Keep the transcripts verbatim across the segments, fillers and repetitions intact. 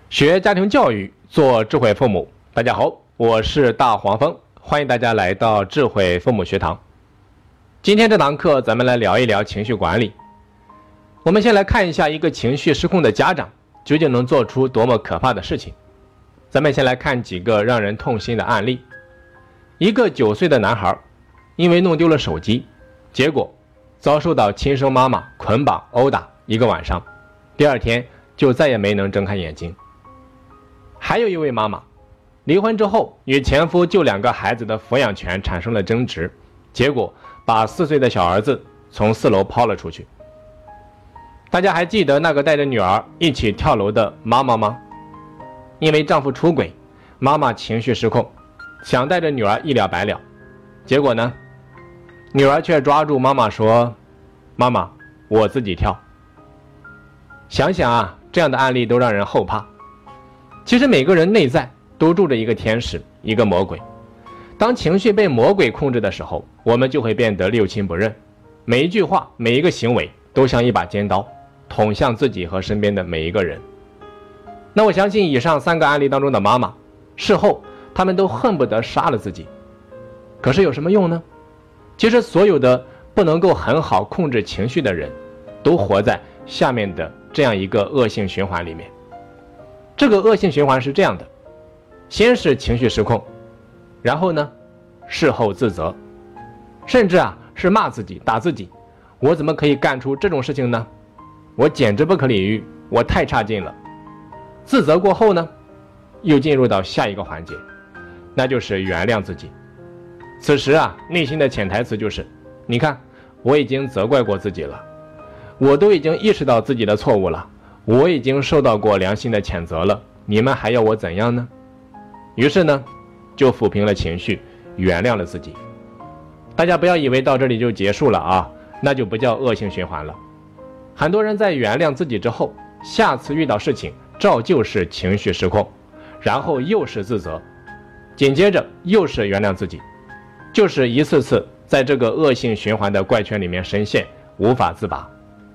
学家庭教育，做智慧父母。大家好，我是大黄蜂，欢迎大家来到智慧父母学堂。今天这堂课咱们来聊一聊情绪管理。我们先来看一下一个情绪失控的家长究竟能做出多么可怕的事情。咱们先来看几个让人痛心的案例。一个九岁的男孩因为弄丢了手机，结果遭受到亲生妈妈捆绑殴打一个晚上，第二天就再也没能睁开眼睛。还有一位妈妈离婚之后，与前夫就两个孩子的抚养权产生了争执，结果把四岁的小儿子从四楼抛了出去。大家还记得那个带着女儿一起跳楼的妈妈吗？因为丈夫出轨，妈妈情绪失控，想带着女儿一了百了，结果呢，女儿却抓住妈妈说：妈妈，我自己跳。想想啊，这样的案例都让人后怕。其实每个人内在都住着一个天使，一个魔鬼。当情绪被魔鬼控制的时候，我们就会变得六亲不认，每一句话，每一个行为都像一把尖刀，捅向自己和身边的每一个人。那我相信以上三个案例当中的妈妈，事后他们都恨不得杀了自己。可是有什么用呢？其实所有的不能够很好控制情绪的人，都活在下面的这样一个恶性循环里面。这个恶性循环是这样的，先是情绪失控，然后呢，事后自责，甚至啊是骂自己、打自己，我怎么可以干出这种事情呢？我简直不可理喻，我太差劲了。自责过后呢，又进入到下一个环节，那就是原谅自己。此时啊，内心的潜台词就是，你看，我已经责怪过自己了，我都已经意识到自己的错误了，我已经受到过良心的谴责了，你们还要我怎样呢？于是呢，就抚平了情绪，原谅了自己。大家不要以为到这里就结束了啊，那就不叫恶性循环了。很多人在原谅自己之后，下次遇到事情照旧是情绪失控，然后又是自责，紧接着又是原谅自己，就是一次次在这个恶性循环的怪圈里面深陷，无法自拔。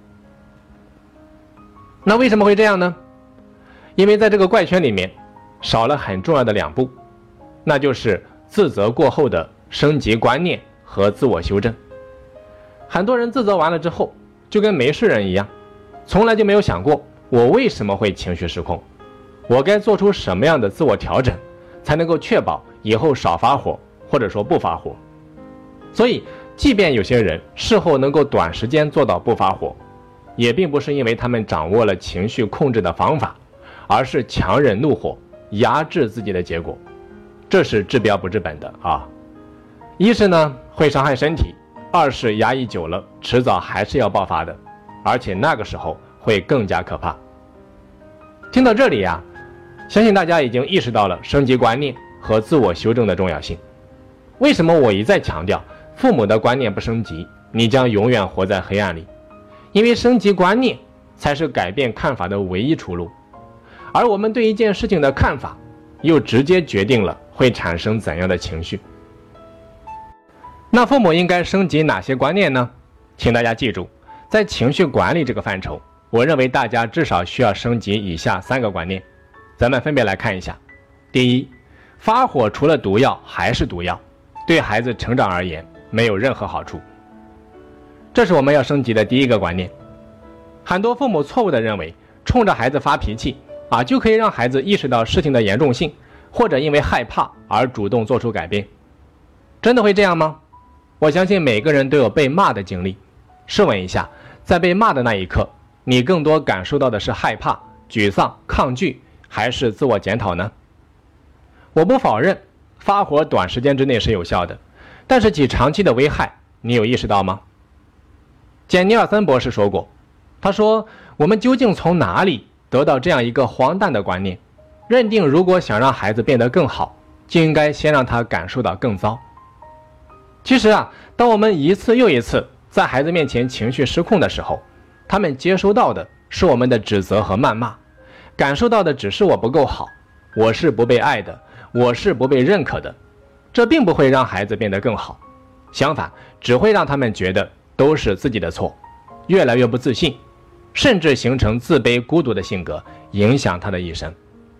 那为什么会这样呢？因为在这个怪圈里面少了很重要的两步，那就是自责过后的升级观念和自我修正。很多人自责完了之后就跟没事人一样，从来就没有想过我为什么会情绪失控，我该做出什么样的自我调整才能够确保以后少发火，或者说不发火。所以即便有些人事后能够短时间做到不发火，也并不是因为他们掌握了情绪控制的方法，而是强忍怒火压制自己的结果，这是治标不治本的啊！一是呢会伤害身体，二是压抑久了迟早还是要爆发的，而且那个时候会更加可怕。听到这里啊，相信大家已经意识到了升级观念和自我修正的重要性。为什么我一再强调父母的观念不升级，你将永远活在黑暗里？因为升级观念才是改变看法的唯一出路，而我们对一件事情的看法又直接决定了会产生怎样的情绪。那父母应该升级哪些观念呢？请大家记住，在情绪管理这个范畴，我认为大家至少需要升级以下三个观念，咱们分别来看一下。第一，发火除了毒药还是毒药，对孩子成长而言没有任何好处。这是我们要升级的第一个观念。很多父母错误地认为冲着孩子发脾气啊，就可以让孩子意识到事情的严重性，或者因为害怕而主动做出改变。真的会这样吗？我相信每个人都有被骂的经历。试问一下，在被骂的那一刻，你更多感受到的是害怕、沮丧、抗拒，还是自我检讨呢？我不否认发火短时间之内是有效的，但是其长期的危害你有意识到吗？简·尼尔森博士说过，他说，我们究竟从哪里得到这样一个荒诞的观念，认定如果想让孩子变得更好，就应该先让他感受到更糟。其实啊，当我们一次又一次在孩子面前情绪失控的时候，他们接收到的是我们的指责和谩骂，感受到的只是我不够好，我是不被爱的，我是不被认可的。这并不会让孩子变得更好，相反，只会让他们觉得都是自己的错，越来越不自信，甚至形成自卑孤独的性格，影响他的一生。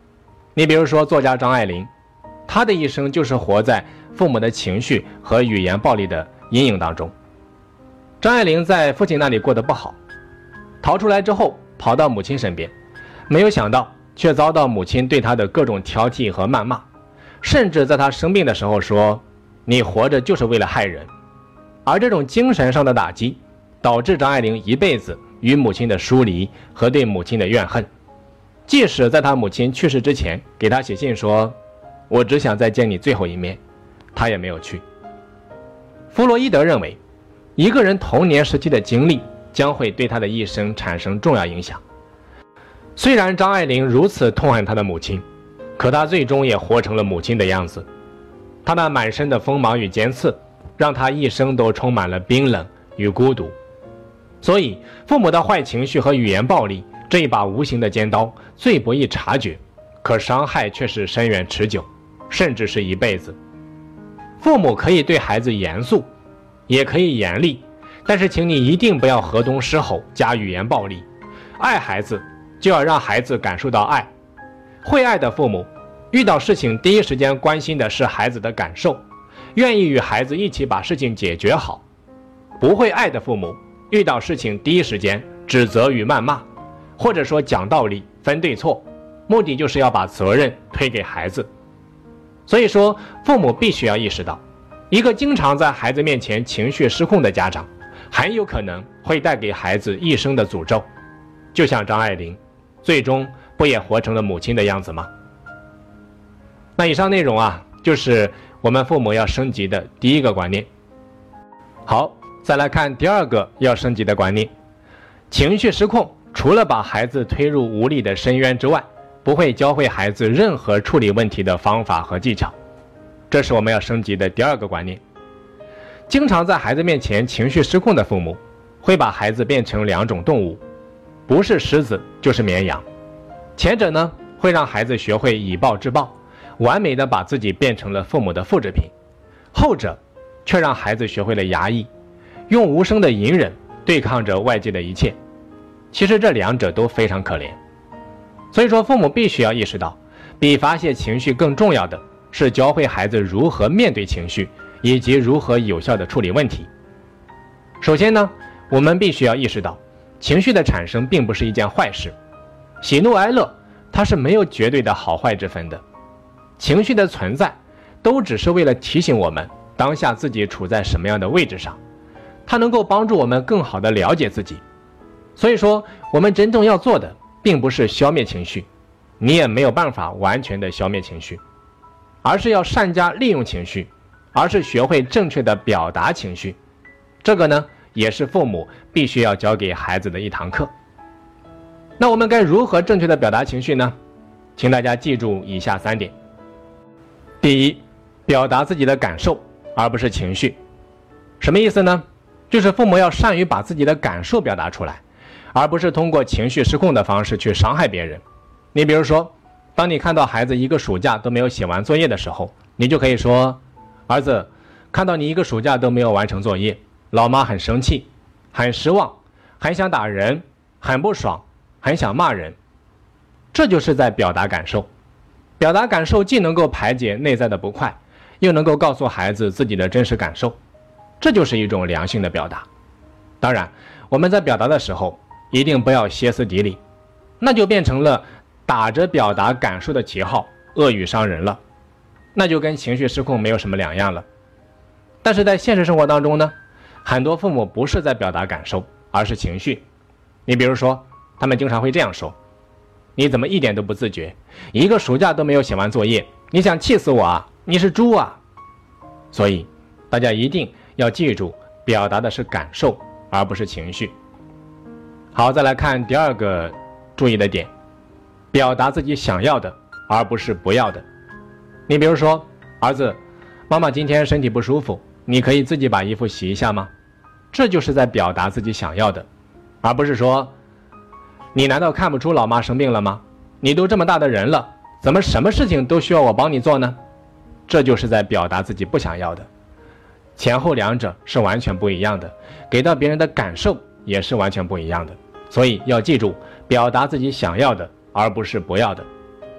你比如说作家张爱玲，她的一生就是活在父母的情绪和语言暴力的阴影当中。张爱玲在父亲那里过得不好，逃出来之后跑到母亲身边，没有想到却遭到母亲对她的各种挑剔和谩骂，甚至在她生病的时候说，你活着就是为了害人。而这种精神上的打击导致张爱玲一辈子与母亲的疏离和对母亲的怨恨，即使在她母亲去世之前给她写信说，我只想再见你最后一面，她也没有去。弗洛伊德认为，一个人童年时期的经历将会对他的一生产生重要影响。虽然张爱玲如此痛恨她的母亲，可她最终也活成了母亲的样子。她那满身的锋芒与尖刺让她一生都充满了冰冷与孤独。所以父母的坏情绪和语言暴力这一把无形的尖刀最不易察觉，可伤害却是深远持久，甚至是一辈子。父母可以对孩子严肃，也可以严厉，但是请你一定不要河东狮吼加语言暴力。爱孩子就要让孩子感受到爱。会爱的父母遇到事情第一时间关心的是孩子的感受，愿意与孩子一起把事情解决好。不会爱的父母遇到事情第一时间指责与谩骂，或者说讲道理分对错，目的就是要把责任推给孩子。所以说父母必须要意识到，一个经常在孩子面前情绪失控的家长很有可能会带给孩子一生的诅咒。就像张爱玲最终不也活成了母亲的样子吗？那以上内容啊，就是我们父母要升级的第一个观念。好，再来看第二个要升级的观念。情绪失控除了把孩子推入无力的深渊之外，不会教会孩子任何处理问题的方法和技巧。这是我们要升级的第二个观念。经常在孩子面前情绪失控的父母会把孩子变成两种动物，不是狮子就是绵羊。前者呢，会让孩子学会以暴制暴，完美的把自己变成了父母的复制品；后者却让孩子学会了压抑，用无声的隐忍对抗着外界的一切。其实这两者都非常可怜。所以说父母必须要意识到，比发泄情绪更重要的是教会孩子如何面对情绪，以及如何有效的处理问题。首先呢，我们必须要意识到，情绪的产生并不是一件坏事，喜怒哀乐它是没有绝对的好坏之分的。情绪的存在都只是为了提醒我们当下自己处在什么样的位置上，它能够帮助我们更好的了解自己。所以说我们真正要做的并不是消灭情绪，你也没有办法完全的消灭情绪，而是要善加利用情绪，而是学会正确的表达情绪。这个呢，也是父母必须要教给孩子的一堂课。那我们该如何正确的表达情绪呢？请大家记住以下三点。第一，表达自己的感受，而不是情绪。什么意思呢？就是父母要善于把自己的感受表达出来，而不是通过情绪失控的方式去伤害别人。你比如说，当你看到孩子一个暑假都没有写完作业的时候，你就可以说，儿子，看到你一个暑假都没有完成作业，老妈很生气，很失望，很想打人，很不爽，很想骂人。这就是在表达感受。表达感受既能够排解内在的不快，又能够告诉孩子自己的真实感受，这就是一种良性的表达。当然，我们在表达的时候一定不要歇斯底里，那就变成了打着表达感受的旗号恶语伤人了，那就跟情绪失控没有什么两样了。但是在现实生活当中呢，很多父母不是在表达感受，而是情绪。你比如说，他们经常会这样说，你怎么一点都不自觉，一个暑假都没有写完作业，你想气死我啊，你是猪啊。所以大家一定要记住，表达的是感受而不是情绪。好，再来看第二个注意的点，表达自己想要的而不是不要的。你比如说，儿子，妈妈今天身体不舒服，你可以自己把衣服洗一下吗？这就是在表达自己想要的，而不是说，你难道看不出老妈生病了吗？你都这么大的人了，怎么什么事情都需要我帮你做呢？这就是在表达自己不想要的。前后两者是完全不一样的，给到别人的感受也是完全不一样的。所以要记住，表达自己想要的而不是不要的。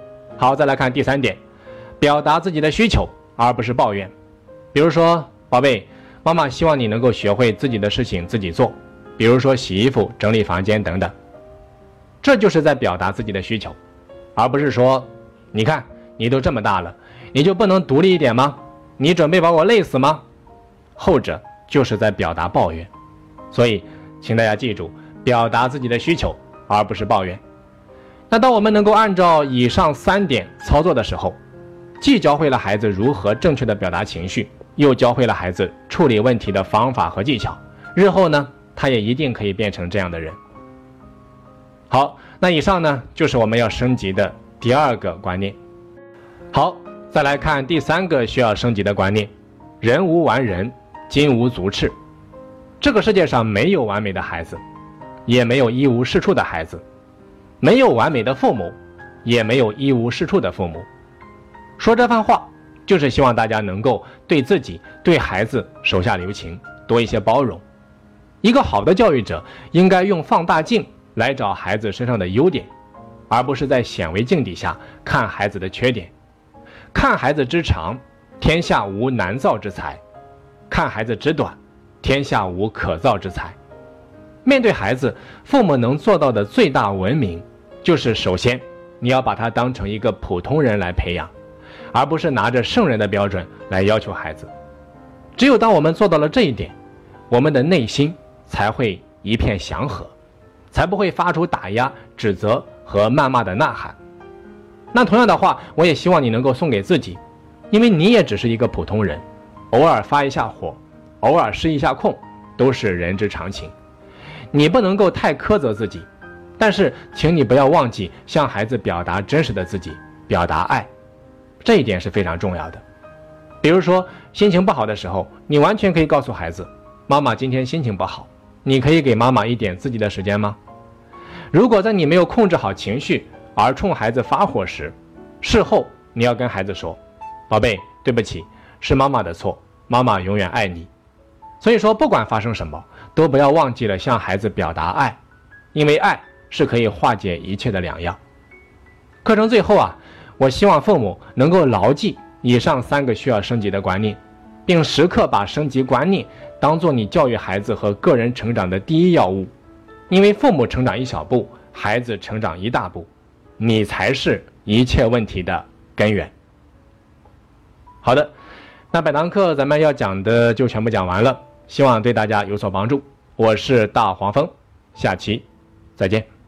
好，再来看第三点，表达自己的需求，而不是抱怨。比如说，宝贝，妈妈希望你能够学会自己的事情自己做，比如说洗衣服、整理房间等等。这就是在表达自己的需求，而不是说，你看，你都这么大了，你就不能独立一点吗？你准备把我累死吗？后者就是在表达抱怨。所以，请大家记住，表达自己的需求，而不是抱怨。那当我们能够按照以上三点操作的时候，既教会了孩子如何正确的表达情绪，又教会了孩子处理问题的方法和技巧，日后呢，他也一定可以变成这样的人。好，那以上呢，就是我们要升级的第二个观念。好，再来看第三个需要升级的观念，人无完人，金无足赤。这个世界上没有完美的孩子，也没有一无是处的孩子，没有完美的父母，也没有一无是处的父母。说这番话，就是希望大家能够对自己、对孩子手下留情，多一些包容。一个好的教育者应该用放大镜来找孩子身上的优点，而不是在显微镜底下看孩子的缺点。看孩子之长，天下无难造之材；看孩子之短，天下无可造之材。面对孩子，父母能做到的最大文明，就是首先你要把他当成一个普通人来培养，而不是拿着圣人的标准来要求孩子。只有当我们做到了这一点，我们的内心才会一片祥和，才不会发出打压、指责和谩骂的呐喊。那同样的话，我也希望你能够送给自己，因为你也只是一个普通人，偶尔发一下火，偶尔失一下控，都是人之常情。你不能够太苛责自己，但是请你不要忘记向孩子表达真实的自己，表达爱，这一点是非常重要的。比如说心情不好的时候，你完全可以告诉孩子，妈妈今天心情不好，你可以给妈妈一点自己的时间吗？如果在你没有控制好情绪而冲孩子发火时，事后你要跟孩子说，宝贝，对不起，是妈妈的错，妈妈永远爱你。所以说，不管发生什么，都不要忘记了向孩子表达爱，因为爱是可以化解一切的良药。课程最后啊，我希望父母能够牢记以上三个需要升级的观念，并时刻把升级观念当作你教育孩子和个人成长的第一要务。因为父母成长一小步，孩子成长一大步，你才是一切问题的根源。好的，那本堂课咱们要讲的就全部讲完了，希望对大家有所帮助。我是大黄蜂，下期再见。